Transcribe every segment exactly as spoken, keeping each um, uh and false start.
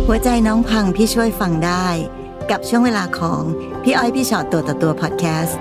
หัวใจน้องพังพี่ช่วยฟังได้กับช่วงเวลาของพี่อ้อยพี่ชอตตัวต่อตัวพอดแคสต์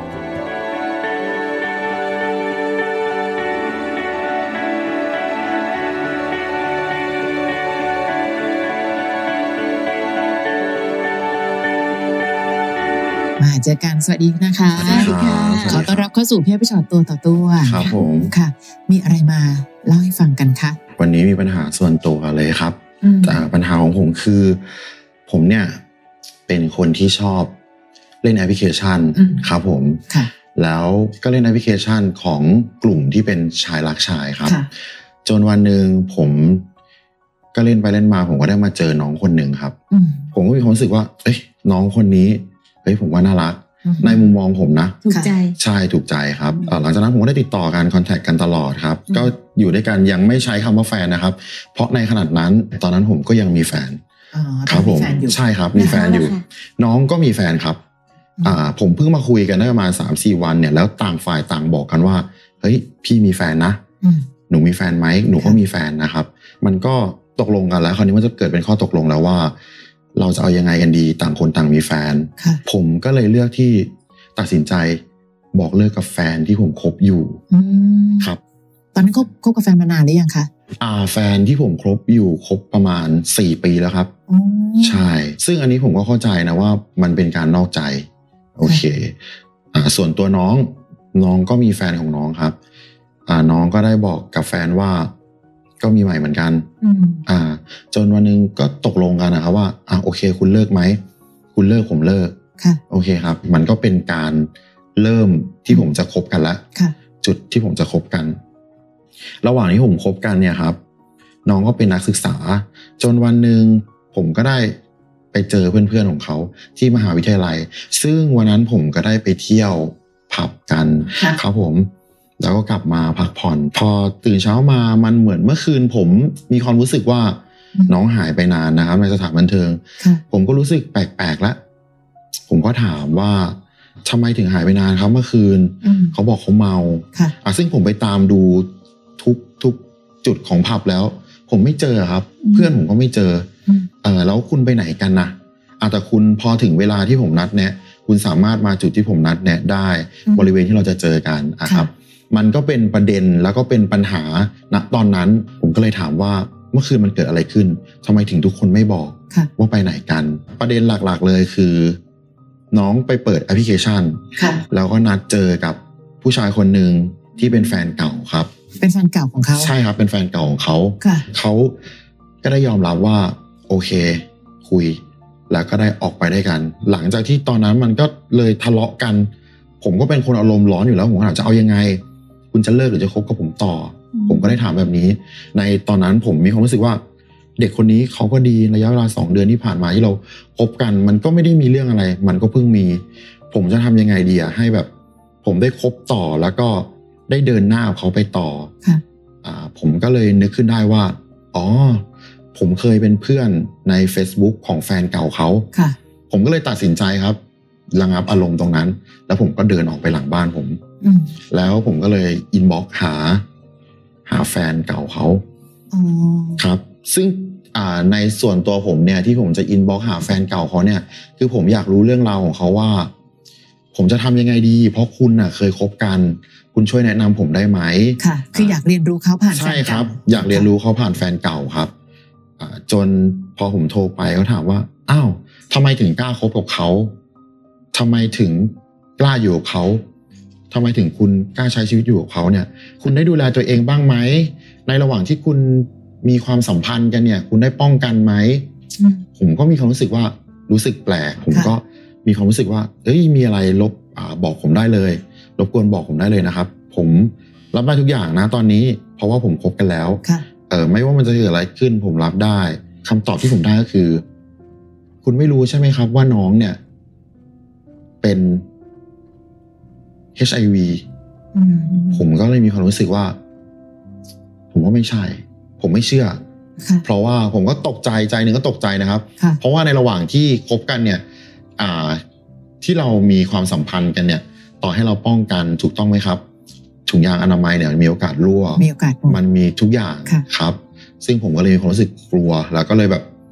มาเจอกันสวัสดีนะคะสวัสดีค่ะขอต้อนรับเข้าสู่พี่อ้อยพี่ชอตตัวต่อตัวครับผมค่ะมีอะไรมาเล่าให้ฟังกันคะวันนี้มีปัญหาส่วนตัวเลยครับแต่ปัญหาของผมคือผมเนี่ยเป็นคนที่ชอบเล่นแอปพลิเคชันครับผมแล้วก็เล่นแอปพลิเคชันของกลุ่มที่เป็นชายรักชายครับจนวันหนึ่งผมก็เล่นไปเล่นมาผมก็ได้มาเจอน้องคนหนึ่งครับผมก็มีความรู้สึกว่าเอ้ยน้องคนนี้เฮ้ยผมว่าน่ารักในมุมมองผมนะถูกใจใช่ถูกใจครับหลังจากนั้นผมก็ได้ติดต่อกันคอนแทคกันตลอดครับก็อยู่ด้วยกันยังไม่ใช้คำว่าแฟนนะครับเพราะในขนาดนั้นตอนนั้นผมก็ยังมีแฟนครับผมใช่ครับมีแฟนอยู่น้องก็มีแฟนครับอ่าผมเพิ่งมาคุยกันได้ประมาณ สามสี่ วันเนี่ยแล้วต่างฝ่ายต่างบอกกันว่าเฮ้ยพี่มีแฟนนะหนูมีแฟนไหมหนูก็มีแฟนนะครับมันก็ตกลงกันแล้วคราวนี้มันจะเกิดเป็นข้อตกลงแล้วว่าเราจะเอายังไงกันดีต่างคนต่างมีแฟนผมก็เลยเลือกที่ตัดสินใจบอกเลิกกับแฟนที่ผมคบอยู่ครับตอนนั้นคบคบกับแฟนมานานหรือยังคะอ่าแฟนที่ผมคบอยู่คบประมาณสี่ปีแล้วครับใช่ซึ่งอันนี้ผมก็เข้าใจนะว่ามันเป็นการนอกใจโอเคอ่าส่วนตัวน้องน้องก็มีแฟนของน้องครับอ่าน้องก็ได้บอกกับแฟนว่าก็มีใหม่เหมือนกันอ่าจนวันนึงก็ตกลงกันนะครับว่าอ่าโอเคคุณเลิกไหมคุณเลิกผมเลิกโอเคครับมันก็เป็นการเริ่มที่ผมจะคบกันละจุดที่ผมจะคบกันระหว่างที่ผมคบกันเนี่ยครับน้องก็เป็นนักศึกษาจนวันนึงผมก็ได้ไปเจอเพื่อนๆของเขาที่มหาวิทยาลัยซึ่งวันนั้นผมก็ได้ไปเที่ยวผับกันครับผมแล้วก็กลับมาพักผ่อนพอตื่นเช้ามามันเหมือนเมื่อคืนผมมีความรู้สึกว่าน้องหายไปนานนะครับในสถานบันเทิงผมก็รู้สึกแปลกๆแล้วผมก็ถามว่าทำไมถึงหายไปนานครับเมื่อคืนเขาบอกเขาเมาอ่ะซึ่งผมไปตามดูทุกทุกจุดของผับแล้วผมไม่เจอครับเพื่อนผมก็ไม่เจอเออแล้วคุณไปไหนกันนะอ่ะแต่คุณพอถึงเวลาที่ผมนัดแนะคุณสามารถมาจุดที่ผมนัดแนะได้บริเวณที่เราจะเจอกันอ่ะครับมันก็เป็นประเด็นแล้วก็เป็นปัญหาณตอนนั้นผมก็เลยถามว่าเมื่อคืนมันเกิดอะไรขึ้นทำไมถึงทุกคนไม่บอกว่าไปไหนกันประเด็นหลักๆเลยคือน้องไปเปิดแอปพลิเคชันแล้วก็นัดเจอกับผู้ชายคนหนึ่งที่เป็นแฟนเก่าครับเป็นแฟนเก่าของเขาใช่ครับเป็นแฟนเก่าของเขาเขาก็ได้ยอมรับว่าโอเคคุยแล้วก็ได้ออกไปได้กันหลังจากที่ตอนนั้นมันก็เลยทะเลาะกันผมก็เป็นคนอารมณ์ร้อนอยู่แล้วผมก็ถามจะเอายังไงคุณจะเลิกหรือจะคบกับผมต่อผมก็ได้ถามแบบนี้ในตอนนั้นผมมีความรู้สึกว่าเด็กคนนี้เขาก็ดีระยะเวลาสองเดือนที่ผ่านมาที่เราคบกันมันก็ไม่ได้มีเรื่องอะไรมันก็เพิ่งมีผมจะทำยังไงดีอะให้แบบผมได้คบต่อแล้วก็ได้เดินหน้ากับเขาไปต่ออ่าผมก็เลยนึกขึ้นได้ว่าอ๋อผมเคยเป็นเพื่อนใน Facebook ของแฟนเก่าเขาผมก็เลยตัดสินใจครับระงับอารมณ์ตรงนั้นแล้วผมก็เดินออกไปหลังบ้านผมแล้วผมก็เลยอินบ็อกซ์หาหาแฟนเก่าเขาครับซึ่งอ่าในส่วนตัวผมเนี่ยที่ผมจะอินบ็อกซ์หาแฟนเก่าเขาเนี่ยคือผมอยากรู้เรื่องราวของเขาว่าผมจะทำยังไงดีเพราะคุณน่ะเคยคบกันคุณช่วยแนะนำผมได้ไหมค่ะคืออยากเรียนรู้เขาผ่านแฟนเก่าใช่ครับอยากเรียนรู้เขาผ่านแฟนเก่าครับอ่าจนพอผมโทรไปเขาถามว่าอ้าวทำไมถึงกล้าคบกับเขาทำไมถึงกล้าอยู่กับเขาทำไมถึงคุณกล้าใช้ชีวิตอยู่กับเขาเนี่ยคุณได้ดูแลตัวเองบ้างไหมในระหว่างที่คุณมีความสัมพันธ์กันเนี่ยคุณได้ป้องกันไหมผมก็มีความรู้สึกว่ารู้สึกแปลกผมก็มีความรู้สึกว่าเอ้ยมีอะไรลบอ่าบอกผมได้เลยรบกวนบอกผมได้เลยนะครับผมรับได้ทุกอย่างนะตอนนี้เพราะว่าผมคบกันแล้วเออไม่ว่ามันจะเกิดอะไรขึ้นผมรับได้คำตอบที่ผมได้ก็คือคุณไม่รู้ใช่ไหมครับว่าน้องเนี่ยเป็น เอช ไอ วี ผมก็เลยมีความรู้สึกว่าผมว่าไม่ใช่ผมไม่เชื่อเพราะว่าผมก็ตกใจใจหนึ่งก็ตกใจนะครับเพราะว่าในระหว่างที่คบกันเนี่ยอ่าที่เรามีความสัมพันธ์กันเนี่ยต่อให้เราป้องกันถูกต้องไหมครับถุงยางอนามัยเนี่ยมีโอกาสรั่วมีโอกาสมันมีทุกอย่างครับซึ่งผมก็เลยมีความรู้สึกกลัวแล้วก็เลยแบบ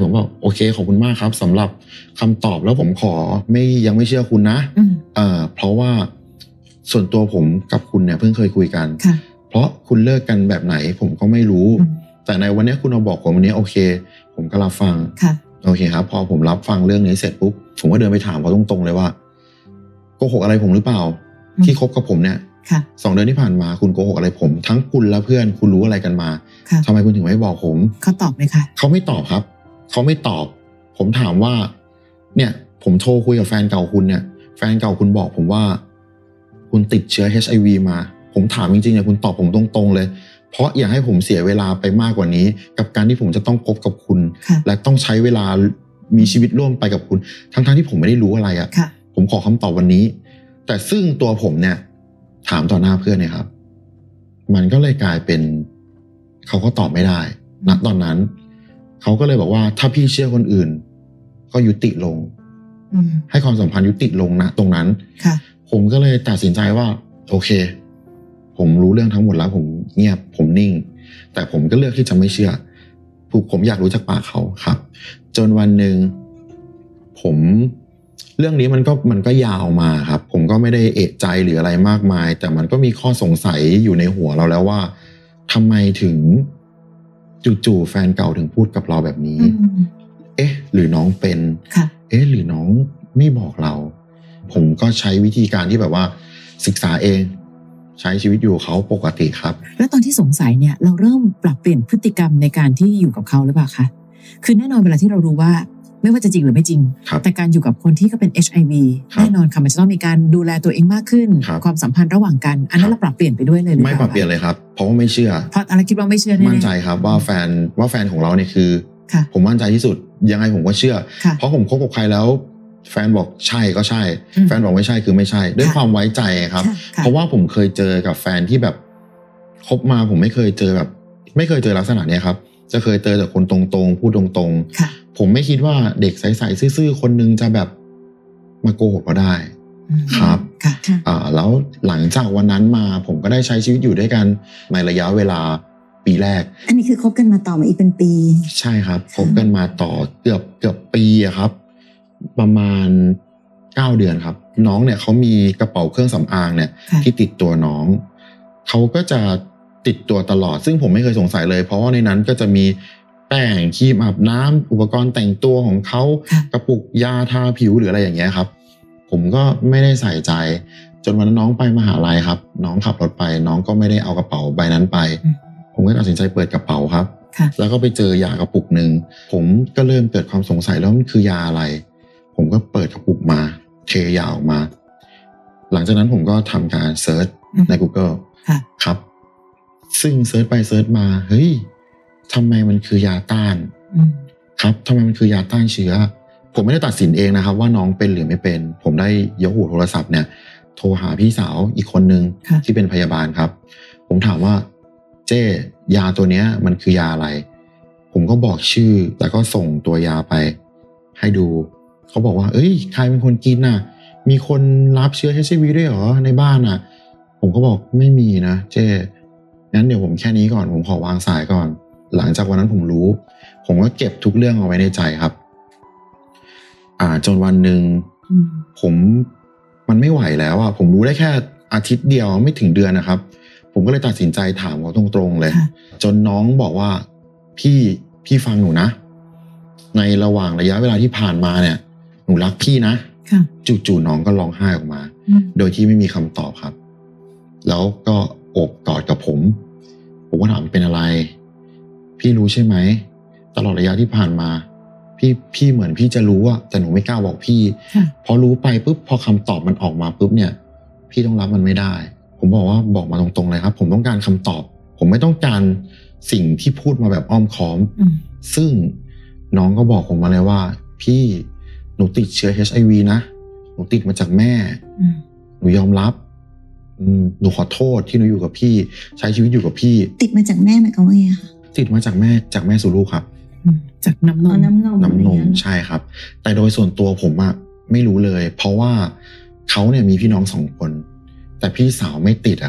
ผมบอกโอเคขอบคุณมากครับสำหรับคำตอบแล้วผมขอไม่ยังไม่เชื่อคุณนะเอ่อเพราะว่าส่วนตัวผมกับคุณเนี่ยเพิ่งเคยคุยกันเพราะคุณเลิกกันแบบไหนผมก็ไม่รู้แต่ในวันนี้คุณมาบอกผมวันนี้โอเคผมก็รับฟังโอเคครับพอผมรับฟังเรื่องนี้เสร็จปุ๊บผมก็เดินไปถามเขาตรงๆเลยว่าโกหกอะไรผมหรือเปล่าที่คบกับผมเนี่ยสองเดือนที่ผ่านมาคุณโกหกอะไรผมทั้งคุณและเพื่อนคุณรู้อะไรกันมาทำไมคุณถึงไม่บอกผมเขาตอบไหมคะเขาไม่ตอบครับเขาไม่ตอบผมถามว่าเนี่ยผมโทรคุยกับแฟนเก่าคุณเนี่ยแฟนเก่าคุณบอกผมว่าคุณติดเชื้อ เอช ไอ วี มาผมถามจริงๆเนี่ยคุณตอบผมตรงๆเลยเพราะอย่าให้ผมเสียเวลาไปมากกว่านี้กับการที่ผมจะต้องคบกับคุณและต้องใช้เวลามีชีวิตร่วมไปกับคุณทั้งๆที่ผมไม่ได้รู้อะไรอ่ะผมขอคำตอบวันนี้แต่ซึ่งตัวผมเนี่ยถามต่อหน้าเพื่อนเนี่ยครับมันก็เลยกลายเป็นเขาก็ตอบไม่ได้ณตอนนั้นเขาก็เลยบอกว่าถ้าพี่เชื่อคนอื่นก็ยุติลงให้ความสัมพันธ์ยุติลงนะตรงนั้นผมก็เลยตัดสินใจว่าโอเคผมรู้เรื่องทั้งหมดแล้วผมเงียบผมนิ่งแต่ผมก็เลือกที่จะไม่เชื่อผมอยากรู้จากปากเขาครับจนวันหนึ่งผมเรื่องนี้มันก็มันก็ยาวมาครับผมก็ไม่ได้เอะใจหรืออะไรมากมายแต่มันก็มีข้อสงสัยอยู่ในหัวเราแล้วว่าทำไมถึงจู่ๆแฟนเก่าถึงพูดกับเราแบบนี้เอ๊ะหรือน้องเป็นเอ๊ะหรือน้องไม่บอกเราผมก็ใช้วิธีการที่แบบว่าศึกษาเองใช้ชีวิตอยู่เขาปกติครับแล้วตอนที่สงสัยเนี่ยเราเริ่มปรับเปลี่ยนพฤติกรรมในการที่อยู่กับเขาหรือเปล่าคะคือแน่นอนเวลาที่เรารู้ว่าไม่ว่าจะจริงหรือไม่จริงแต่การอยู่กับคนที่ก็เป็น เอช ไอ วี แน่นอนค่ะมันจะต้องมีการดูแลตัวเองมากขึ้นความสัมพันธ์ระหว่างกันอันนั้นเราปรับเปลี่ยนไปด้วยเลยหรือเปล่าไม่ปรับเปลี่ยนเลยครับเพราะว่าไม่เชื่อเพราะอะไรคิดว่าไม่เชื่อแน่มั่นใจครับว่าแฟนว่าแฟนของเราเนี่ยคือผมมั่นใจที่สุดยังไงผมก็เชื่อเพราะผมคบกับใครแล้วแฟนบอกใช่ก็ใช่แฟนบอกไม่ใช่คือไม่ใช่ด้วยความไว้ใจครับเพราะว่าผมเคยเจอกับแฟนที่แบบคบมาผมไม่เคยเจอแบบไม่เคยเจอลักษณะนี้ครับจะเคยเจอแต่คนตรงๆพูดตรงๆผมไม่คิดว่าเด็กใสๆซื่อๆคนนึงจะแบบมาโกหกเราได้ครับอ่าแล้วหลังจากวันนั้นมาผมก็ได้ใช้ชีวิตอยู่ด้วยกันในระยะเวลาปีแรกอันนี้คือคบกันมาต่อมาอีกเป็นปีใช่ครับคบกันมาต่อเกือบเกือบปีอะครับประมาณเก้าเดือนครับน้องเนี่ยเขามีกระเป๋าเครื่องสำอางเนี่ยที่ติดตัวน้องเขาก็จะติดตัวตลอดซึ่งผมไม่เคยสงสัยเลยเพราะว่าในนั้นก็จะมีแป้งครีมอาบน้ำอุปกรณ์แต่งตัวของเขากระปุกยาทาผิวหรืออะไรอย่างเงี้ยครับผมก็ไม่ได้ใส่ใจจนวันนั้นน้องไปมหาลัยครับน้องขับรถไปน้องก็ไม่ได้เอากระเป๋าใบนั้นไปผมก็ตัดสินใจเปิดกระเป๋าครับแล้วก็ไปเจอยากระปุกนึงผมก็เริ่มเกิดความสงสัยแล้วมันคือยาอะไรผมก็เปิดกระปุกมาเทยาออกมาหลังจากนั้นผมก็ทำการเซิร์ชใน Google ครับซึ่งเซิร์ชไปเซิร์ชมาเฮ้ยทำไมมันคือยาต้านครับทำไมมันคือยาต้านเชื้อผมไม่ได้ตัดสินเองนะครับว่าน้องเป็นหรือไม่เป็นผมได้ยกหูโทรศัพท์เนี่ยโทรหาพี่สาวอีกคนนึงที่เป็นพยาบาลครับผมถามว่าเจ้ยาตัวเนี้ยมันคือยาอะไรผมก็บอกชื่อแล้วก็ส่งตัวยาไปให้ดูเขาบอกว่าเอ้ยใครเป็นคนกินน่ะมีคนรับเชื้อ เอช ไอ วี ด้วยเหรอในบ้านน่ะผมก็บอกไม่มีนะเจ้งั้นเดี๋ยวผมแค่นี้ก่อนผมขอวางสายก่อนหลังจากวันนั้นผมรู้ผมก็เก็บทุกเรื่องเอาไว้ในใจครับอ่าจนวันหนึ่งผมมันไม่ไหวแล้วอ่ะผมรู้ได้แค่อาทิตย์เดียวไม่ถึงเดือนนะครับผมก็เลยตัดสินใจถามเขาตรงๆเลยจนน้องบอกว่าพี่พี่ฟังหนูนะในระหว่างระยะเวลาที่ผ่านมาเนี่ยหนูรักพี่นะจู่ๆน้องก็ร้องไห้ออกมาโดยที่ไม่มีคำตอบครับแล้วก็โอบกอดกับผมผมก็ถามเป็นอะไรพี่รู้ใช่ไหมตลอดระยะที่ผ่านมาพี่พี่เหมือนพี่จะรู้อะแต่หนูไม่กล้าบอกพี่พอรู้ไปปุ๊บพอคำตอบมันออกมาปุ๊บเนี่ยพี่ต้องรับมันไม่ได้ผมบอกว่าบอกมาตรงๆเลยครับผมต้องการคำตอบผมไม่ต้องการสิ่งที่พูดมาแบบอ้อมค้อมซึ่งน้องก็บอกผมมาเลยว่าพี่หนูติดเชื้อ เอช ไอ วี นะหนูติดมาจากแม่หนูยอมรับหนูขอโทษที่หนูอยู่กับพี่ใช้ชีวิตอยู่กับพี่ติดมาจากแม่หมายความว่าไงคะติดมาจากแม่จากแม่สู่ลูกครับจากน้ำนมน้ำนมน้ำนมใช่ครับแต่โดยส่วนตัวผมอะไม่รู้เลยเพราะว่าเขาเนี่ยมีพี่น้องสองคนแต่พี่สาวไม่ติดอะครับ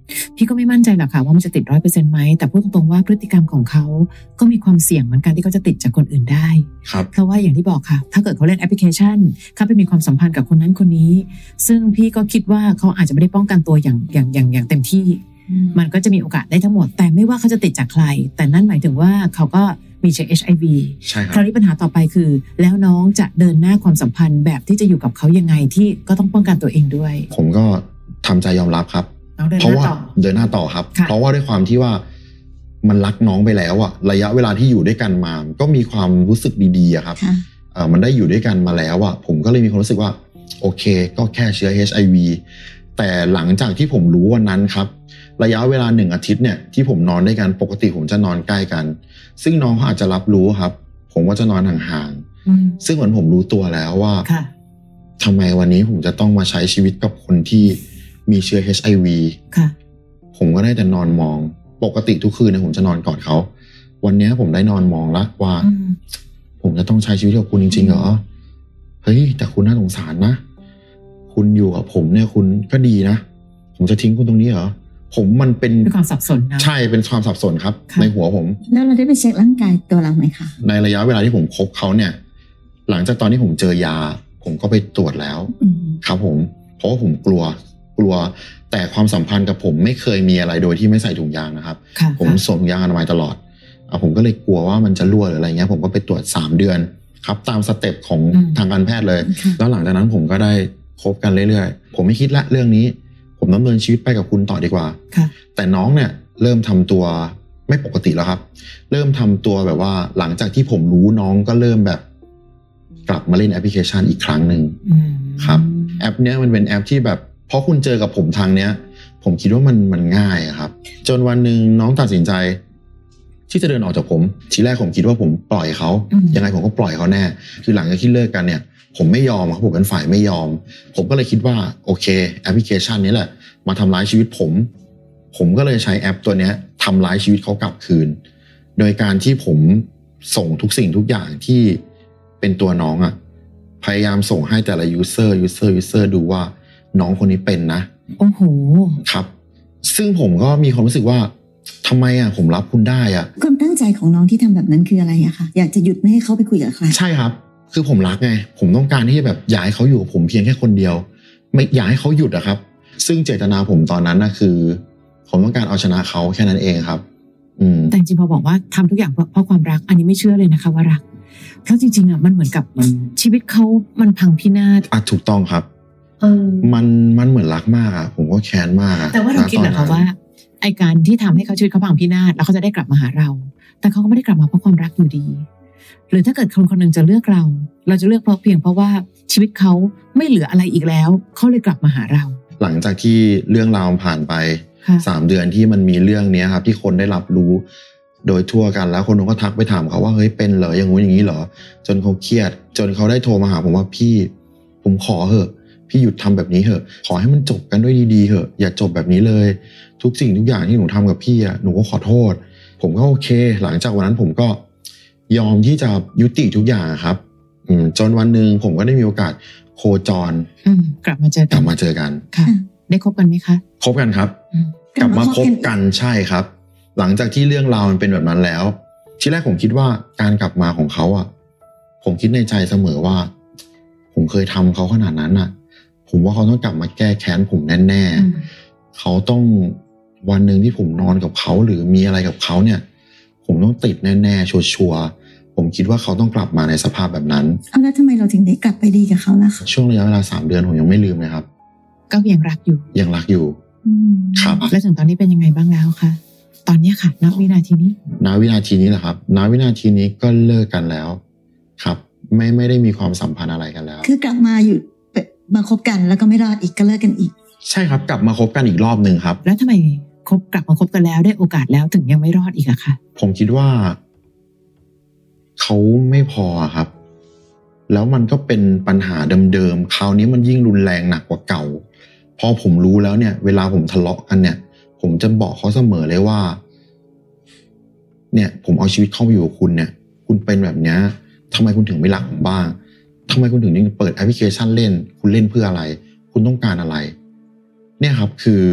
พี่ก็ไม่มั่นใจหรอกค่ะว่ามันจะติดร้อยเปอร์เซ็นต์ไหมแต่พูดตรงๆว่าพฤติกรรมของเขาก็มีความเสี่ยงเหมือนกันที่เขาจะติดจากคนอื่นได้เพราะว่าอย่างที่บอกค่ะถ้าเกิดเขาเล่นแอปพลิเคชันเขาไปมีความสัมพันธ์กับคนนั้นคนนี้ซึ่งพี่ก็คิดว่าเขาอาจจะไม่ได้ป้องกันตัวอย่างอย่างอย่างอย่างเต็มที่มันก็จะมีโอกาสได้ทั้งหมดแต่ไม่ว่าเขาจะติดจากใครแต่นั่นหมายถึงว่าเขาก็มีเชื้อ เอช ไอ วี คราวนี้ปัญหาต่อไปคือแล้วน้องจะเดินหน้าความสัมพันธ์แบบที่จะอยู่กับเขายังไงที่ก็ต้องป้องกันตัวเองด้วยผมก็ทำใจยอมรับครับเพราะว่าเดินหน้าต่อครับเพราะว่าด้วยความที่ว่ามันรักน้องไปแล้วอะระยะเวลาที่อยู่ด้วยกันมาก็มีความรู้สึกดีๆอะครับมันได้อยู่ด้วยกันมาแล้วอะผมก็เลยมีความรู้สึกว่าโอเคก็แค่เชื้อ เอช ไอ วี แต่หลังจากที่ผมรู้วันนั้นครับระยะเวลาหนึ่งอาทิตย์เนี่ยที่ผมนอนด้วยกันปกติผมจะนอนใกล้กันซึ่งน้องเขาอาจจะรับรู้ครับผมว่าจะนอนห่างๆซึ่งเหมือนผมรู้ตัวแล้วว่าทำไมวันนี้ผมจะต้องมาใช้ชีวิตกับคนที่มีเชื้อ เอช ไอ วี ผมก็ได้แต่นอนมองปกติทุกคืนเนี่ยผมจะนอนกอดเขาวันนี้ผมได้นอนมองแล้วว่าผมจะต้องใช้ชีวิตกับคุณจริงๆเหรอเฮ้ยแต่คุณน่าสงสารนะคุณอยู่กับผมเนี่ยคุณก็ดีนะผมจะทิ้งคุณตรงนี้เหรอผมมันเป็นความสับสนนะใช่เป็นความสับสนครับในหัวผมแล้วเราได้ไปเช็คร่างกายตัวเราไหมคะในระยะเวลาที่ผมคบเขาเนี่ยหลังจากตอนที่ผมเจอยาผมก็ไปตรวจแล้วครับผมเพราะว่าผมกลัวกลัวแต่ความสัมพันธ์กับผมไม่เคยมีอะไรโดยที่ไม่ใส่ถุงยางนะครับผมสวมถุงยางอนามัยตลอดผมก็เลยกลัวว่ามันจะรั่วหรืออะไรเงี้ยผมก็ไปตรวจสามเดือนครับตามสเต็ปของทางการแพทย์เลยแล้วหลังจากนั้นผมก็ได้คบกันเรื่อยๆผมไม่คิดละเรื่องนี้ผมดำเนินชีวิตไปกับคุณต่อดีกว่าแต่น้องเนี่ยเริ่มทำตัวไม่ปกติแล้วครับเริ่มทำตัวแบบว่าหลังจากที่ผมรู้น้องก็เริ่มแบบกลับมาเล่นแอปพลิเคชันอีกครั้งหนึ่งครับแอปเนี้ยมันเป็นแอปที่แบบเพราะคุณเจอกับผมทางเนี้ยผมคิดว่ามันมันง่ายครับจนวันหนึ่งน้องตัดสินใจที่จะเดินออกจากผมทีแรกผมคิดว่าผมปล่อยเขายังไงผมก็ปล่อยเขาแน่คือหลังจากที่เลิกกันเนี่ยผมไม่ยอมครับผมเป็นฝ่ายไม่ยอมผมก็เลยคิดว่าโอเคแอปพลิเคชันนี้แหละมาทำร้ายชีวิตผมผมก็เลยใช้แอปตัวนี้ทำร้ายชีวิตเขากลับคืนโดยการที่ผมส่งทุกสิ่งทุกอย่างที่เป็นตัวน้องอ่ะพยายามส่งให้แต่ละยูเซอร์ยูเซอร์ยูเซอร์ดูว่าน้องคนนี้เป็นนะโอ้โหครับซึ่งผมก็มีความรู้สึกว่าทำไมอ่ะผมรับคุณได้อ่ะความตั้งใจของน้องที่ทำแบบนั้นคืออะไรอะคะอยากจะหยุดไม่ให้เขาไปคุยกับใครใช่ครับคือผมรักไงผมต้องการที่จะแบบอยากให้เขาอยู่กับผมเพียงแค่คนเดียวไม่อยากให้เขาหยุดอะครับซึ่งเจตนาผมตอนนั้นนะคือผมต้องการเอาชนะเขาแค่นั้นเองครับอืมแต่จริงพอบอกว่าทำทุกอย่างเพราะความรักอันนี้ไม่เชื่อเลยนะคะว่ารักเพราะจริงๆอะมันเหมือนกับมันชีวิตเขามันพังพินาศอ่ะถูกต้องครับเออมันมันเหมือนรักมากอะผมก็แค้นมากแต่ว่าเราคิดเหรอคะว่าไอการที่ทำให้เขาชีวิตเขาพังพินาศแล้วเขาจะได้กลับมาหาเราแต่เขาก็ไม่ได้กลับมาเพราะความรักอยู่ดีหรือถ้าเกิดคนคนหนึ่งจะเลือกเราเราจะเลือกเพราะเพียงเพราะว่าชีวิตเขาไม่เหลืออะไรอีกแล้วเขาเลยกลับมาหาเราหลังจากที่เรื่องราวผ่านไปสามเดือนที่มันมีเรื่องนี้ครับที่คนได้รับรู้โดยทั่วกันแล้วคนก็ทักไปถามเขาว่าเฮ้ยเป็นเหรออย่างงู้นอย่างนี้เหรอจนเขาเครียดจนเขาได้โทรมาหาผมว่าพี่ผมขอเหอะพี่หยุดทำแบบนี้เหอะขอให้มันจบกันด้วยดีๆเหอะอย่าจบแบบนี้เลยทุกสิ่งทุกอย่างที่หนูทำกับพี่อ่ะหนูก็ขอโทษผมก็โอเคหลังจากวันนั้นผมก็ยอมที่จะยุติทุกอย่างครับอืมจนวันหนึ่งผมก็ได้มีโอกาสโคจรกลับมาเจอกันกลับมาเจอกันค่ะได้คบกันไหมคะคบกันครับกลับมาคบกันใช่ครับหลังจากที่เรื่องราวมันเป็นแบบนั้นแล้วทีแรกผมคิดว่าการกลับมาของเขาอ่ะผมคิดในใจเสมอว่าผมเคยทำเขาขนาดนั้นอ่ะผมว่าเขาต้องกลับมาแก้แค้นผมแน่ๆเขาต้องวันหนึ่งที่ผมนอนกับเขาหรือมีอะไรกับเขาเนี่ยผมต้องติดแน่ๆชัวร์ๆผมคิดว่าเขาต้องกลับมาในสภาพแบบนั้นเอาแล้วทำไมเราถึงได้กลับไปดีกับเขาล่ะช่วงระยะเวลาสามเดือนผมยังไม่ลืมเลยครับก็ยังรักอยู่ยังรักอยู่ครับแล้วถึงตอนนี้เป็นยังไงบ้างแล้วคะตอนนี้ค่ะณวินาทีนี้ณวินาทีนี้แหละครับณวินาทีนี้ก็เลิกกันแล้วครับไม่ไม่ได้มีความสัมพันธ์อะไรกันแล้วคือกลับมาอยู่มาคบกันแล้วก็ไม่รอดอีกก็เลิกกันอีกใช่ครับกลับมาคบกันอีกรอบนึงครับแล้วทำไมคบกลับมาคบกันแล้วได้โอกาสแล้วถึงยังไม่รอดอีกอะคะผมคิดว่าเขาไม่พอครับแล้วมันก็เป็นปัญหาเดิมๆคราวนี้มันยิ่งรุนแรงหนักกว่าเก่าพอผมรู้แล้วเนี่ยเวลาผมทะเลาะกันเนี่ยผมจะบอกเขาเสมอเลยว่าเนี่ยผมเอาชีวิตเข้าไปอยู่กับคุณเนี่ยคุณเป็นแบบนี้ทำไมคุณถึงไม่รักผมบ้างทำไมคุณถึงยังเปิดแอปพลิเคชันเล่นคุณเล่นเพื่ออะไรคุณต้องการอะไรเนี่ยครับคือ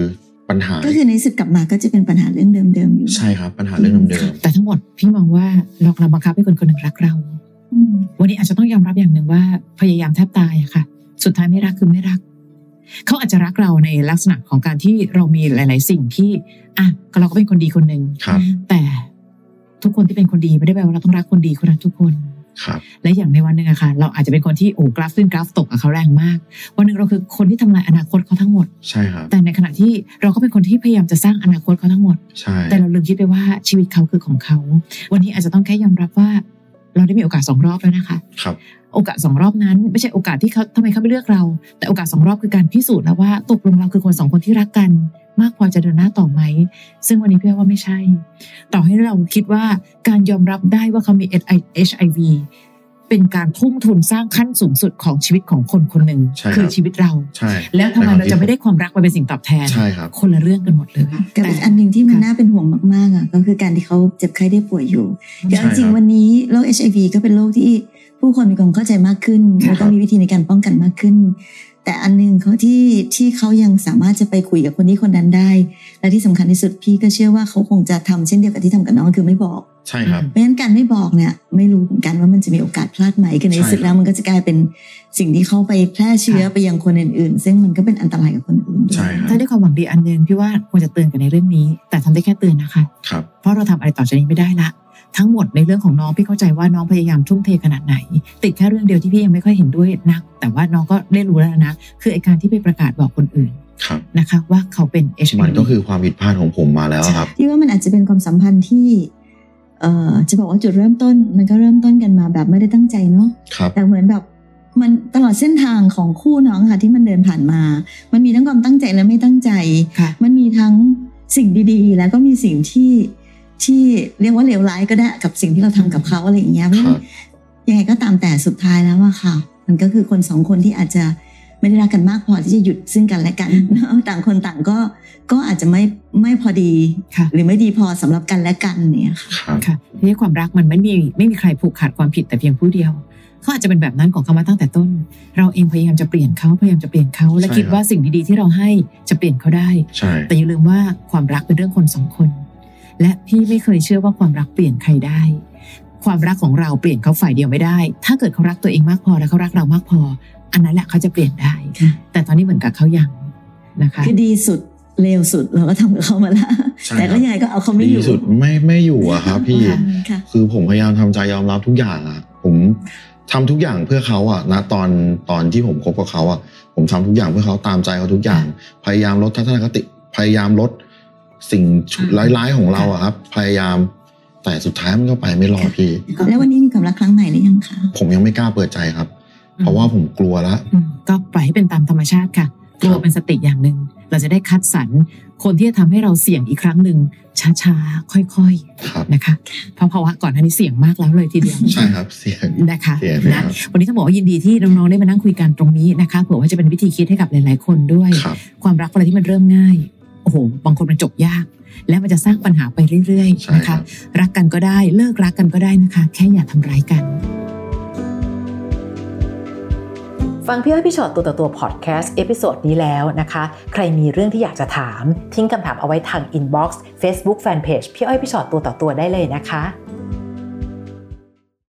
ปัญหาก็คือในสุดกลับมาก็จะเป็นปัญหาเรื่องเดิมๆอยู่ใช่ครับปัญหาเรื่องเดิมๆแต่ทั้งหมดพี่มองว่าเราเราบังคับให้คนคนหนึ่งรักเราวันนี้อาจจะต้องยอมรับอย่างหนึ่งว่าพยายามแทบตายอะค่ะสุดท้ายไม่รักคือไม่รักเขาอาจจะรักเราในลักษณะของการที่เรามีหลายๆสิ่งที่อ่ะเราก็เป็นคนดีคนหนึ่งแต่ทุกคนที่เป็นคนดีไม่ได้แปลว่าเราต้องรักคนดีคนนั้นทุกคนและอย่างในวันหนึ่งอะค่ะเราอาจจะเป็นคนที่โอ้กราฟขึ้นกราฟตกกับเขาแรงมากวันหนึ่งเราคือคนที่ทำลายอนาคตเขาทั้งหมดใช่ครับแต่ในขณะที่เราก็เป็นคนที่พยายามจะสร้างอนาคตเขาทั้งหมดใช่แต่เราลืมคิดไปว่าชีวิตเขาคือของเขาวันนี้อาจจะต้องแค่ยอมรับว่าเราได้มีโอกาสสองรอบแล้วนะคะครับโอกาสสองรอบนั้นไม่ใช่โอกาสที่เขาทำไมเขาไม่เลือกเราแต่โอกาสสองรอบคือการพิสูจน์แล้วว่าตกลงเราคือคนสองคนที่รักกันมากพอจะเดินหน้าต่อไหมซึ่งวันนี้พี่ว่าไม่ใช่ต่อให้เราคิดว่าการยอมรับได้ว่าเขามี เอช ไอ วี เป็นการทุ่มทุนสร้างขั้นสูงสุดของชีวิตของคนคนหนึ่งคือชีวิตเราแล้วทำไมเราจะไม่ได้ความรักมาเป็นสิ่งตอบแทนคนละเรื่องกันหมดเลยแต่อีกอันหนึ่งที่มันน่าเป็นห่วงมากๆอ่ะก็คือการที่เขาเจ็บไข้ได้ป่วยอยู่แต่จริงๆวันนี้โรค เอช ไอ วี ก็เป็นโรคที่ผู้คนมีความเข้าใจมากขึ้นแล้วก็มีวิธีในการป้องกันมากขึ้นแต่อันนึงเขาที่ที่เขายังสามารถจะไปคุยกับคนนี้คนนั้นได้และที่สำคัญที่สุดพี่ก็เชื่อว่าเขาคงจะทำเช่นเดียวกับที่ทำกับน้องคือไม่บอกใช่ครับเพราะฉะนั้นการไม่บอกเนี่ยไม่รู้เหมือนกันว่ามันจะมีโอกาสพลาดไหมกันในสุดแล้วมันก็จะกลายเป็นสิ่งที่เขาไปแพร่เชื้อไปยังคนอื่นๆซึ่งมันก็เป็นอันตรายกับคนอื่นด้วยถ้าได้ความหวังดีอันนึงพี่ว่าควรจะเตือนกันในเรื่องนี้แต่ทำได้แค่เตือนนะคะครับเพราะเราทำอะไรต่อจากนี้ไม่ได้ละทั้งหมดในเรื่องของน้องพี่เข้าใจว่าน้องพยายามทุ่มเทขนาดไหนติดแค่เรื่องเดียวที่พี่ยังไม่ค่อยเห็นด้วยนักแต่ว่าน้องก็ได้รู้แล้วนะคือไอ้การที่ไปประกาศบอกคนอื่นนะคะว่าเขาเป็น เอช ไอ วีมันก็คือความผิดพลาดของผมมาแล้วครับพี่ว่ามันอาจจะเป็นความสัมพันธ์ที่เอ่อจะบอกว่าจุดเริ่มต้นมันก็เริ่มต้นกันมาแบบไม่ได้ตั้งใจเนาะแต่เหมือนแบบมันตลอดเส้นทางของคู่น้องค่ะที่มันเดินผ่านมามันมีทั้งความตั้งใจและไม่ตั้งใจมันมีทั้งสิ่งดีๆแล้วก็มีสิ่งที่ที่เรียกว่าเลวร้ายก็ได้กับสิ่งที่เราทำกับเขาอะไรอย่างเงี้ยเพราะยังไงก็ตามแต่สุดท้ายแล้วอะค่ะมันก็คือคนสองคนที่อาจจะไม่ได้รักกันมากพอที่จะหยุดซึ่งกันและกันต่างคนต่างก็ก็อาจจะไม่ไม่พอดีหรือไม่ดีพอสำหรับกันและกันเนี่ยค่ะค่ะที่ความรักมันไม่มีไม่มีใครผูกขาดความผิดแต่เพียงผู้เดียวเขาอาจจะเป็นแบบนั้นของเขามาตั้งแต่ต้นเราเองพยายามจะเปลี่ยนเขาพยายามจะเปลี่ยนเขาและคิดว่าสิ่งดีๆที่เราให้จะเปลี่ยนเขาได้แต่อย่าลืมว่าความรักเป็นเรื่องคนสองคนและพี่ไม่เคยเชื่อว่าความรักเปลี่ยนใครได้ความรักของเราเปลี่ยนเขาฝ่ายเดียวไม่ได้ถ้าเกิดเขารักตัวเองมากพอและเขารักเรามากพออันนั้นแหละเขาจะเปลี่ยนได้แต่ตอนนี้เหมือนกับเขายังนะคะคือดีสุดเลวสุดเราก็ทำกับเขามาแล้วแต่ก็ยังไงก็เอาเขาไม่อยู่ดีสุดไม่ไม่อยู่อะครับพี่คือผมพยายามทำใจยอมรับทุกอย่างอะผมทำทุกอย่างเพื่อเขาอะนะตอนตอนที่ผมคบกับเขาอะผมทำทุกอย่างเพื่อเขาตามใจเขาทุกอย่างพยายามลดทัศนคติพยายามลดสิ่งร้ายๆของเราอะครับพยายามแต่สุดท้ายมันก็ไปไม่รอดพี่แล้ววันนี้มีความรักครั้งใหม่หรือยังคะผมยังไม่กล้าเปิดใจครับเพราะว่าผมกลัวแล้วก็ปล่อยให้เป็นตามธรรมชาติค่ะกลัวเป็นสติอย่างหนึ่งเราจะได้คัดสรรคนที่จะทำให้เราเสี่ยงอีกครั้งหนึ่งช้าๆค่อยๆนะคะเพราะภาวะก่อนหน้านี้เสี่ยงมากแล้วเลยทีเดียวใช่ครับเสี่ยงนะคะนะวันนี้ต้องบอกว่ายินดีที่น้องๆได้มานั่งคุยกันตรงนี้นะคะเผื่อว่าจะเป็นวิธีคิดให้กับหลายๆคนด้วยความรักอะไรที่มันเริ่มง่ายโอ้โหบางคนมันจบยากและมันจะสร้างปัญหาไปเรื่อยๆนะคะรักกันก็ได้เลิกรักกันก็ได้นะคะแค่อย่าทำร้ายกันฟังพี่อ้อยพี่ชอตตัวต่อตัวพอดแคสต์เอพิโซดนี้แล้วนะคะใครมีเรื่องที่อยากจะถามทิ้งคำถามเอาไว้ทางอินบ็อกซ์ Facebook Fanpage พี่อ้อยพี่ชอตตัวต่อตัวได้เลยนะคะ